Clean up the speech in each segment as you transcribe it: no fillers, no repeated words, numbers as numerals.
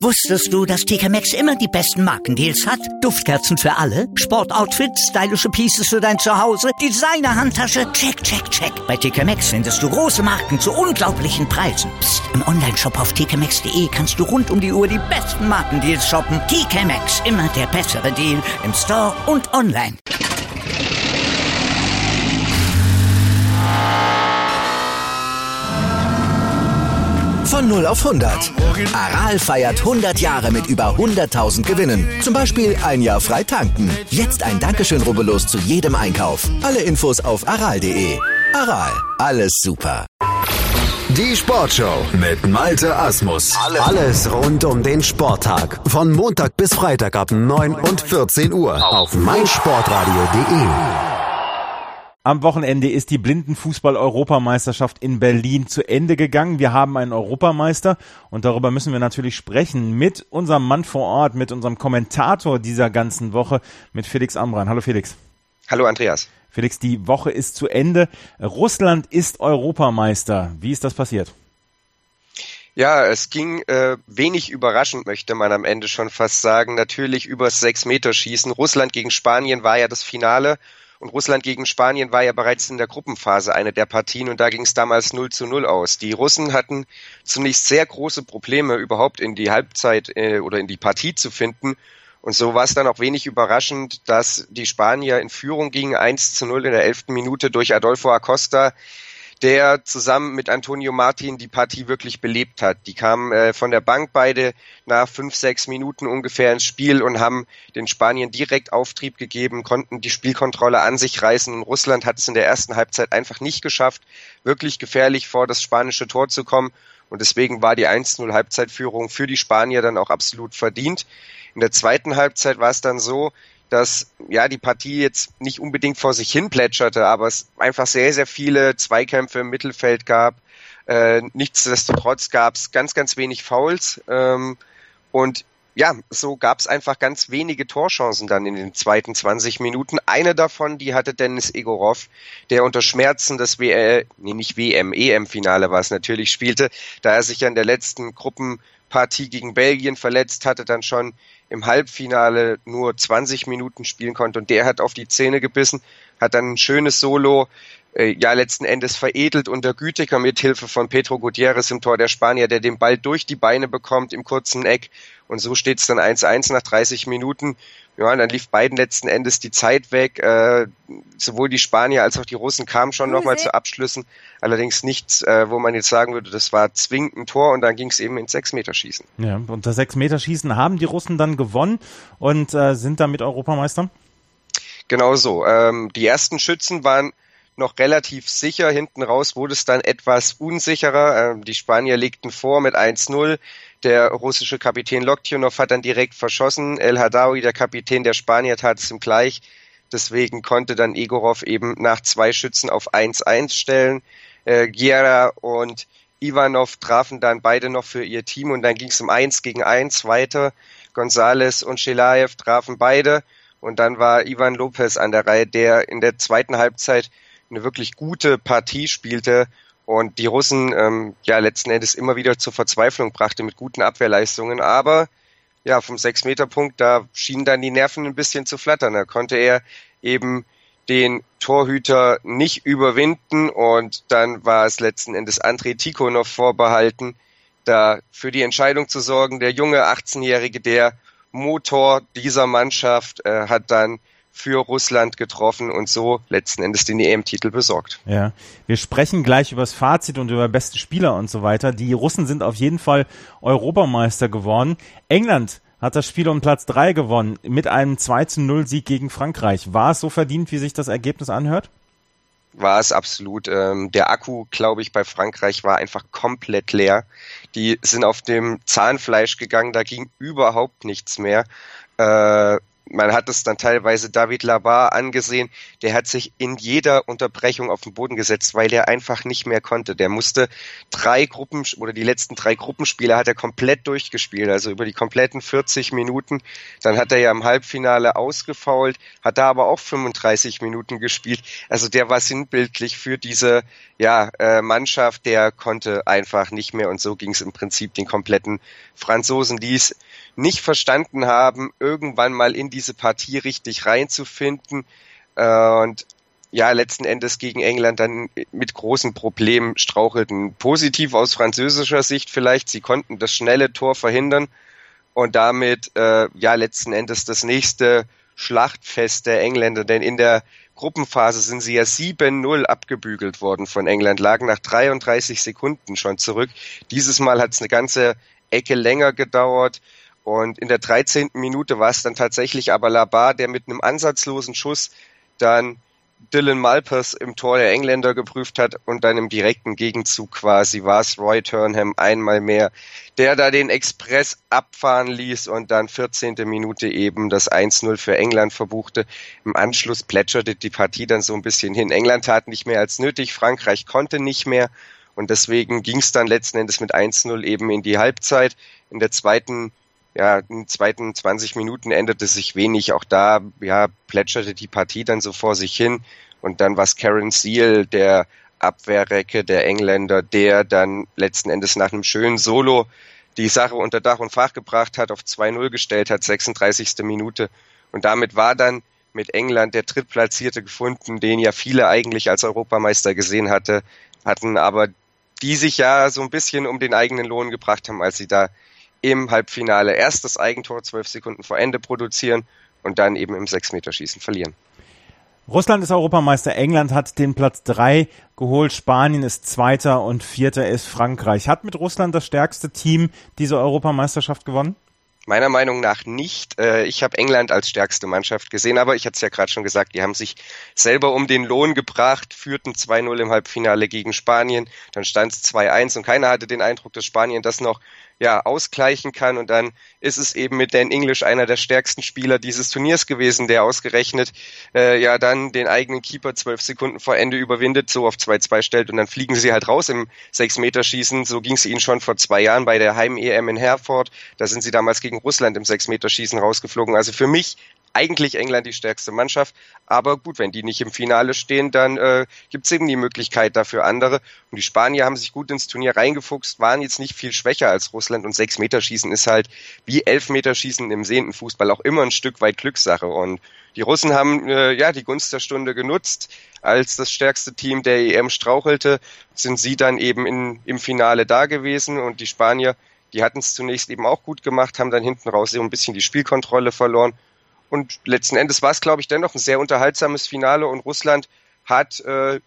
Wusstest du, dass TK Maxx immer die besten Markendeals hat? Duftkerzen für alle, Sportoutfits, stylische Pieces für dein Zuhause, Designer-Handtasche, check, check, check. Bei TK Maxx findest du große Marken zu unglaublichen Preisen. Psst. Im Onlineshop auf tkmaxx.de kannst du rund um die Uhr die besten Markendeals shoppen. TK Maxx, immer der bessere Deal im Store und online. Von 0 auf 100. Aral feiert 100 Jahre mit über 100.000 Gewinnen. Zum Beispiel ein Jahr frei tanken. Jetzt ein Dankeschön, rubbellos zu jedem Einkauf. Alle Infos auf aral.de. Aral, alles super. Die Sportshow mit Malte Asmus. Alles rund um den Sporttag. Von Montag bis Freitag ab 9 und 14 Uhr auf meinsportradio.de. Am Wochenende ist die Blindenfußball-Europameisterschaft in Berlin zu Ende gegangen. Wir haben einen Europameister und darüber müssen wir natürlich sprechen mit unserem Mann vor Ort, mit unserem Kommentator dieser ganzen Woche, mit Felix Ambran. Hallo Felix. Hallo Andreas. Felix, die Woche ist zu Ende. Russland ist Europameister. Wie ist das passiert? Ja, es ging wenig überraschend, möchte man am Ende schon fast sagen. Natürlich übers 6-Meter-Schießen. Russland gegen Spanien war ja das Finale. Und Russland gegen Spanien war ja bereits in der Gruppenphase eine der Partien und da ging es damals 0:0 aus. Die Russen hatten zunächst sehr große Probleme, überhaupt in die Halbzeit oder in die Partie zu finden. Und so war es dann auch wenig überraschend, dass die Spanier in Führung gingen, 1:0 in der 11. Minute durch Adolfo Acosta, der zusammen mit Antonio Martin die Partie wirklich belebt hat. Die kamen von der Bank beide nach 5-6 Minuten ungefähr ins Spiel und haben den Spaniern direkt Auftrieb gegeben, konnten die Spielkontrolle an sich reißen. Und Russland hat es in der ersten Halbzeit einfach nicht geschafft, wirklich gefährlich vor das spanische Tor zu kommen. Und deswegen war die 1:0 Halbzeitführung für die Spanier dann auch absolut verdient. In der zweiten Halbzeit war es dann so, dass ja die Partie jetzt nicht unbedingt vor sich hin plätscherte, aber es einfach sehr, sehr viele Zweikämpfe im Mittelfeld gab. Nichtsdestotrotz gab es ganz, ganz wenig Fouls. Und ja, so gab es einfach ganz wenige Torchancen dann in den zweiten 20 Minuten. Eine davon, die hatte Denis Egorov, der unter Schmerzen das EM-Finale war es natürlich, spielte, da er sich ja in der letzten Gruppenpartie gegen Belgien verletzt hatte, dann schon im Halbfinale nur 20 Minuten spielen konnte und der hat auf die Zähne gebissen, hat dann ein schönes Solo letzten Endes veredelt unter Güteker mit Hilfe von Pedro Gutierrez im Tor der Spanier, der den Ball durch die Beine bekommt im kurzen Eck und so steht es dann 1:1 nach 30 Minuten. Ja, und dann lief beiden letzten Endes die Zeit weg. Sowohl die Spanier als auch die Russen kamen schon nochmal zu Abschlüssen. Allerdings nichts, wo man jetzt sagen würde, das war zwingend ein Tor und dann ging es eben ins 6-Meter-Schießen. Ja, und das 6-Meter-Schießen haben die Russen dann gewonnen und sind damit Europameister? Genau so. Die ersten Schützen waren noch relativ sicher. Hinten raus wurde es dann etwas unsicherer. Die Spanier legten vor mit 1:0. Der russische Kapitän Loktionov hat dann direkt verschossen. El Hadaoui, der Kapitän der Spanier, tat es ihm gleich. Deswegen konnte dann Egorov eben nach 2 Schützen auf 1:1 stellen. Guerra und Ivanov trafen dann beide noch für ihr Team und dann ging es um 1-1 weiter. González und Chelaev trafen beide und dann war Ivan Lopez an der Reihe, der in der zweiten Halbzeit eine wirklich gute Partie spielte und die Russen letzten Endes immer wieder zur Verzweiflung brachte mit guten Abwehrleistungen. Aber ja, vom 6-Meter-Punkt, da schienen dann die Nerven ein bisschen zu flattern. Da konnte er eben den Torhüter nicht überwinden und dann war es letzten Endes Andrei Tikhonov vorbehalten, da für die Entscheidung zu sorgen. Der junge 18-Jährige, der Motor dieser Mannschaft, hat dann für Russland getroffen und so letzten Endes den EM-Titel besorgt. Ja, wir sprechen gleich über das Fazit und über beste Spieler und so weiter. Die Russen sind auf jeden Fall Europameister geworden. England hat das Spiel um Platz 3 gewonnen mit einem 2:0 Sieg gegen Frankreich. War es so verdient, wie sich das Ergebnis anhört? War es absolut. Der Akku, glaube ich, bei Frankreich war einfach komplett leer. Die sind auf dem Zahnfleisch gegangen, da ging überhaupt nichts mehr. man hat es dann teilweise David Labar angesehen, der hat sich in jeder Unterbrechung auf den Boden gesetzt, weil er einfach nicht mehr konnte. Der musste die letzten 3 Gruppenspiele hat er komplett durchgespielt, also über die kompletten 40 Minuten. Dann hat er ja im Halbfinale ausgefoult, hat da aber auch 35 Minuten gespielt. Also der war sinnbildlich für diese Mannschaft, der konnte einfach nicht mehr, und so ging es im Prinzip den kompletten Franzosen, die es nicht verstanden haben, irgendwann mal in diese Partie richtig reinzufinden und letzten Endes gegen England dann mit großen Problemen strauchelten. Positiv aus französischer Sicht vielleicht, sie konnten das schnelle Tor verhindern und damit letzten Endes das nächste Schlachtfest der Engländer, denn in der Gruppenphase sind sie ja 7-0 abgebügelt worden von England, lagen nach 33 Sekunden schon zurück. Dieses Mal hat es eine ganze Ecke länger gedauert. Und in der 13. Minute war es dann tatsächlich aber Labar, der mit einem ansatzlosen Schuss dann Dylan Malpas im Tor der Engländer geprüft hat, und dann im direkten Gegenzug quasi war es Roy Turnham einmal mehr, der da den Express abfahren ließ und dann 14. Minute eben das 1-0 für England verbuchte. Im Anschluss plätscherte die Partie dann so ein bisschen hin. England tat nicht mehr als nötig, Frankreich konnte nicht mehr, und deswegen ging es dann letzten Endes mit 1-0 eben in die Halbzeit. In den zweiten 20 Minuten änderte sich wenig. Auch da plätscherte die Partie dann so vor sich hin. Und dann war es Karen Seal, der Abwehrrecke der Engländer, der dann letzten Endes nach einem schönen Solo die Sache unter Dach und Fach gebracht hat, auf 2-0 gestellt hat, 36. Minute. Und damit war dann mit England der Drittplatzierte gefunden, den ja viele eigentlich als Europameister gesehen hatten, aber die sich ja so ein bisschen um den eigenen Lohn gebracht haben, als sie da im Halbfinale erst das Eigentor 12 Sekunden vor Ende produzieren und dann eben im 6-Meter-Schießen verlieren. Russland ist Europameister, England hat den Platz 3 geholt, Spanien ist Zweiter und Vierter ist Frankreich. Hat mit Russland das stärkste Team diese Europameisterschaft gewonnen? Meiner Meinung nach nicht. Ich habe England als stärkste Mannschaft gesehen, aber ich hatte es ja gerade schon gesagt, die haben sich selber um den Lohn gebracht, führten 2-0 im Halbfinale gegen Spanien, dann stand es 2-1 und keiner hatte den Eindruck, dass Spanien das noch ausgleichen kann, und dann ist es eben mit Dan English einer der stärksten Spieler dieses Turniers gewesen, der ausgerechnet dann den eigenen Keeper 12 Sekunden vor Ende überwindet, so auf 2-2 stellt, und dann fliegen sie halt raus im 6-Meter-Schießen. So ging es ihnen schon vor 2 Jahren bei der Heim-EM in Herford. Da sind sie damals gegen Russland im 6-Meter-Schießen rausgeflogen. Also für mich eigentlich England die stärkste Mannschaft, aber gut, wenn die nicht im Finale stehen, dann gibt es eben die Möglichkeit dafür andere. Und die Spanier haben sich gut ins Turnier reingefuchst, waren jetzt nicht viel schwächer als Russland, und 6-Meter-Schießen ist halt wie 11-Meter-Schießen im sehenden Fußball auch immer ein Stück weit Glückssache. Und die Russen haben die Gunst der Stunde genutzt. Als das stärkste Team der EM strauchelte, sind sie dann eben im Finale da gewesen, und die Spanier, die hatten es zunächst eben auch gut gemacht, haben dann hinten raus so ein bisschen die Spielkontrolle verloren. Und letzten Endes war es, glaube ich, dennoch ein sehr unterhaltsames Finale, und Russland hat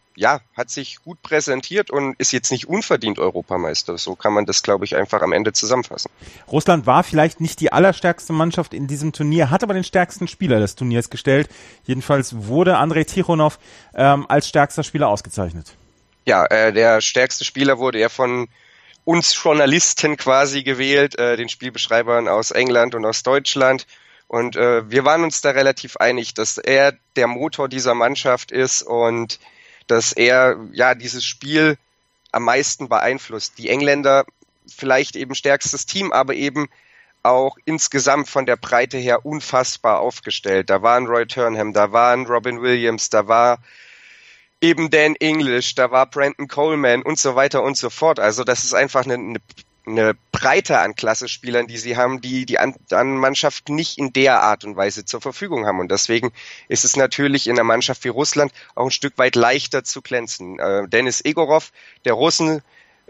sich gut präsentiert und ist jetzt nicht unverdient Europameister. So kann man das, glaube ich, einfach am Ende zusammenfassen. Russland war vielleicht nicht die allerstärkste Mannschaft in diesem Turnier, hat aber den stärksten Spieler des Turniers gestellt. Jedenfalls wurde Andrei Tichonov als stärkster Spieler ausgezeichnet. Ja, der stärkste Spieler wurde ja von uns Journalisten quasi gewählt, den Spielbeschreibern aus England und aus Deutschland. Und wir waren uns da relativ einig, dass er der Motor dieser Mannschaft ist und dass er dieses Spiel am meisten beeinflusst. Die Engländer vielleicht eben stärkstes Team, aber eben auch insgesamt von der Breite her unfassbar aufgestellt. Da waren Roy Turnham, da waren Robin Williams, da war eben Dan English, da war Brandon Coleman und so weiter und so fort. Also das ist einfach eine Breite an Klassespielern, die sie haben, die anderen Mannschaften nicht in der Art und Weise zur Verfügung haben. Und deswegen ist es natürlich in einer Mannschaft wie Russland auch ein Stück weit leichter zu glänzen. Denis Egorov, der Russen,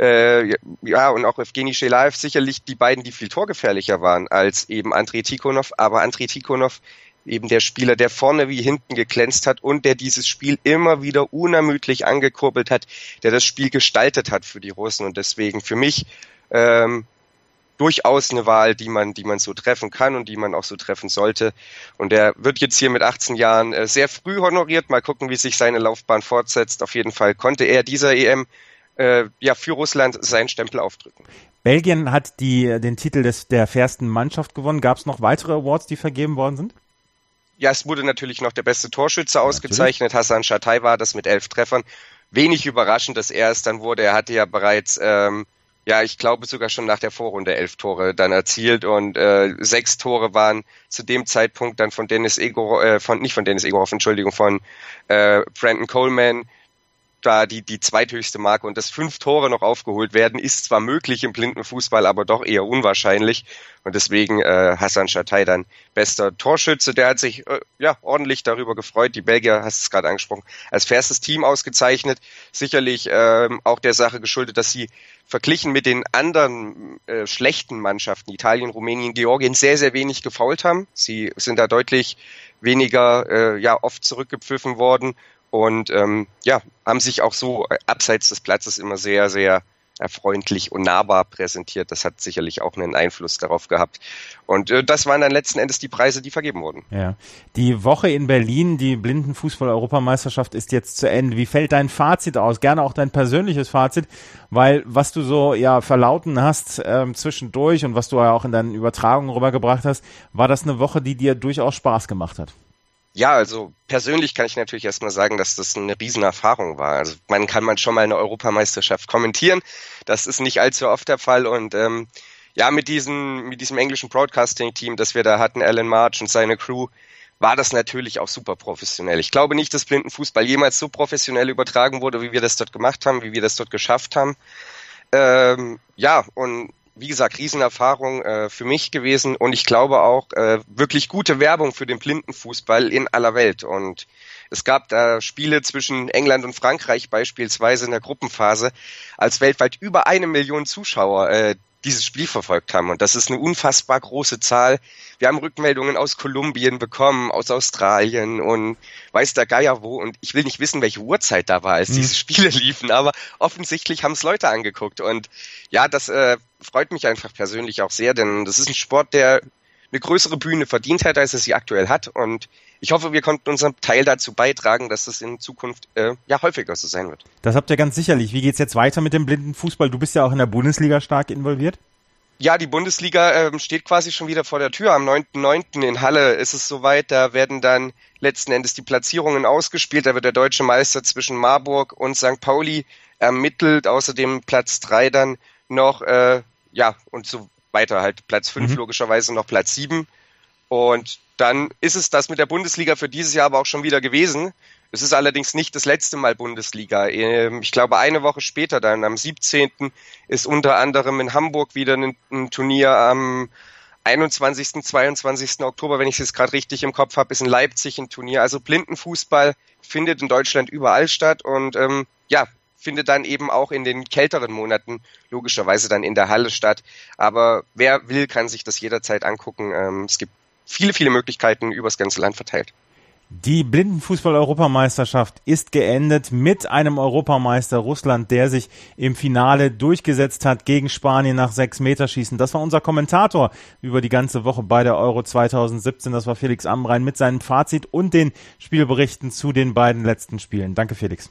und auch Evgeny Shelaev, sicherlich die beiden, die viel torgefährlicher waren als eben Andrei Tichonov. Aber Andrei Tichonov, eben der Spieler, der vorne wie hinten geglänzt hat und der dieses Spiel immer wieder unermüdlich angekurbelt hat, der das Spiel gestaltet hat für die Russen. Und deswegen für mich durchaus eine Wahl, die man so treffen kann und die man auch so treffen sollte. Und er wird jetzt hier mit 18 Jahren sehr früh honoriert. Mal gucken, wie sich seine Laufbahn fortsetzt. Auf jeden Fall konnte er dieser EM für Russland seinen Stempel aufdrücken. Belgien hat den Titel der fairsten Mannschaft gewonnen. Gab es noch weitere Awards, die vergeben worden sind? es wurde natürlich noch der beste Torschütze ausgezeichnet. Hasan Şatay war das mit 11 Treffern. Wenig überraschend, dass er es dann wurde. Er hatte ja bereits, ich glaube sogar schon nach der Vorrunde 11 Tore dann erzielt und 6 Tore waren zu dem Zeitpunkt dann von Brandon Coleman da die zweithöchste Marke, und dass 5 Tore noch aufgeholt werden, ist zwar möglich im Blindenfußball, aber doch eher unwahrscheinlich, und deswegen Hasan Şatay dann bester Torschütze. Der hat sich ordentlich darüber gefreut. Die Belgier, hast es gerade angesprochen, als faires Team ausgezeichnet. Sicherlich auch der Sache geschuldet, dass sie verglichen mit den anderen schlechten Mannschaften, Italien, Rumänien, Georgien, sehr, sehr wenig gefoult haben. Sie sind da deutlich weniger oft zurückgepfiffen worden. Und haben sich auch so abseits des Platzes immer sehr, sehr freundlich und nahbar präsentiert. Das hat sicherlich auch einen Einfluss darauf gehabt. Und das waren dann letzten Endes die Preise, die vergeben wurden. Ja. Die Woche in Berlin, die Blindenfußball-Europameisterschaft ist jetzt zu Ende. Wie fällt dein Fazit aus? Gerne auch dein persönliches Fazit, weil was du so verlauten hast zwischendurch und was du ja auch in deinen Übertragungen rübergebracht hast, war das eine Woche, die dir durchaus Spaß gemacht hat? Ja, also persönlich kann ich natürlich erstmal sagen, dass das eine Riesenerfahrung war. Also man schon mal eine Europameisterschaft kommentieren. Das ist nicht allzu oft der Fall. Und mit diesem englischen Broadcasting-Team, das wir da hatten, Alan March und seine Crew, war das natürlich auch super professionell. Ich glaube nicht, dass Blindenfußball jemals so professionell übertragen wurde, wie wir das dort gemacht haben, wie wir das dort geschafft haben. Und wie gesagt, Riesenerfahrung für mich gewesen, und ich glaube auch wirklich gute Werbung für den Blindenfußball in aller Welt. Und es gab da Spiele zwischen England und Frankreich beispielsweise in der Gruppenphase, als weltweit über 1 Million Zuschauer dieses Spiel verfolgt haben. Und das ist eine unfassbar große Zahl. Wir haben Rückmeldungen aus Kolumbien bekommen, aus Australien und weiß der Geier wo. Und ich will nicht wissen, welche Uhrzeit da war, als diese Spiele liefen. Aber offensichtlich haben es Leute angeguckt. Und ja, das freut mich einfach persönlich auch sehr, denn das ist ein Sport, der eine größere Bühne verdient hat, als es sie aktuell hat. Und ich hoffe, wir konnten unseren Teil dazu beitragen, dass es in Zukunft häufiger so sein wird. Das habt ihr ganz sicherlich. Wie geht's jetzt weiter mit dem Blindenfußball? Du bist ja auch in der Bundesliga stark involviert. Ja, die Bundesliga steht quasi schon wieder vor der Tür. Am 9.9. in Halle ist es soweit. Da werden dann letzten Endes die Platzierungen ausgespielt. Da wird der deutsche Meister zwischen Marburg und St. Pauli ermittelt. Außerdem Platz 3 dann noch, und so weiter, halt Platz 5 logischerweise noch Platz 7. Und dann ist es das mit der Bundesliga für dieses Jahr aber auch schon wieder gewesen. Es ist allerdings nicht das letzte Mal Bundesliga. Ich glaube, eine Woche später dann, am 17. ist unter anderem in Hamburg wieder ein Turnier. Am 21., 22. Oktober, wenn ich es jetzt gerade richtig im Kopf habe, ist in Leipzig ein Turnier. Also Blindenfußball findet in Deutschland überall statt und findet dann eben auch in den kälteren Monaten logischerweise dann in der Halle statt. Aber wer will, kann sich das jederzeit angucken. Es gibt viele, viele Möglichkeiten übers ganze Land verteilt. Die Blindenfußball-Europameisterschaft ist geendet mit einem Europameister Russland, der sich im Finale durchgesetzt hat gegen Spanien nach 6-Meter-Schießen. Das war unser Kommentator über die ganze Woche bei der Euro 2017. Das war Felix Amrain mit seinem Fazit und den Spielberichten zu den beiden letzten Spielen. Danke, Felix.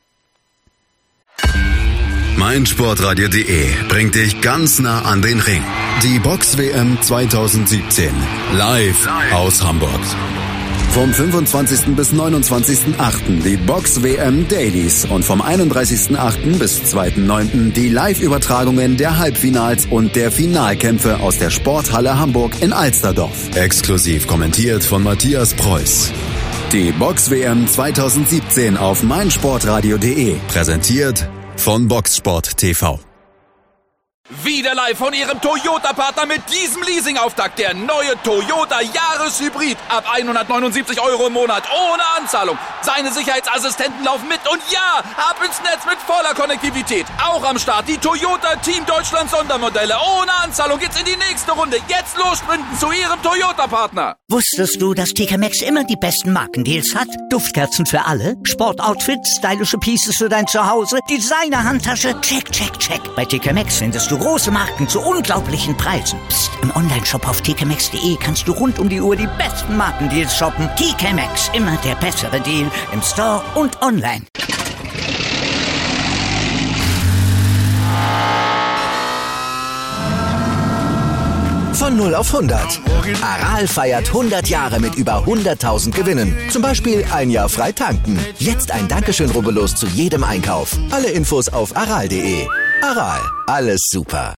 meinsportradio.de bringt dich ganz nah an den Ring. Die Box-WM 2017. Live aus Hamburg. Vom 25. bis 29.8. die Box-WM Dailies und vom 31.8. bis 2.9. die Live-Übertragungen der Halbfinals und der Finalkämpfe aus der Sporthalle Hamburg in Alsterdorf. Exklusiv kommentiert von Matthias Preuß. Die Box-WM 2017 auf meinsportradio.de. Präsentiert von Boxsport TV. Wieder live von Ihrem Toyota-Partner mit diesem Leasing-Auftakt. Der neue Toyota Jahreshybrid. Ab 179 € im Monat. Ohne Anzahlung. Seine Sicherheitsassistenten laufen mit. Und ja, ab ins Netz mit voller Konnektivität. Auch am Start die Toyota Team Deutschland Sondermodelle. Ohne Anzahlung geht's in die nächste Runde. Jetzt los sprinten zu Ihrem Toyota-Partner. Wusstest du, dass TK Maxx immer die besten Markendeals hat? Duftkerzen für alle, Sportoutfits, stylische Pieces für dein Zuhause, Designer-Handtasche, check, check, check. Bei TK Maxx findest du große Marken zu unglaublichen Preisen. Psst. Im Onlineshop auf tkmaxx.de kannst du rund um die Uhr die besten Markendeals shoppen. TK Maxx, immer der bessere Deal im Store und online. Von Von 0 auf 100. Aral feiert 100 Jahre mit über 100.000 Gewinnen. Zum Beispiel ein Jahr frei tanken. Jetzt ein Dankeschön, rubbellos zu jedem Einkauf. Alle Infos auf aral.de. Aral, alles super.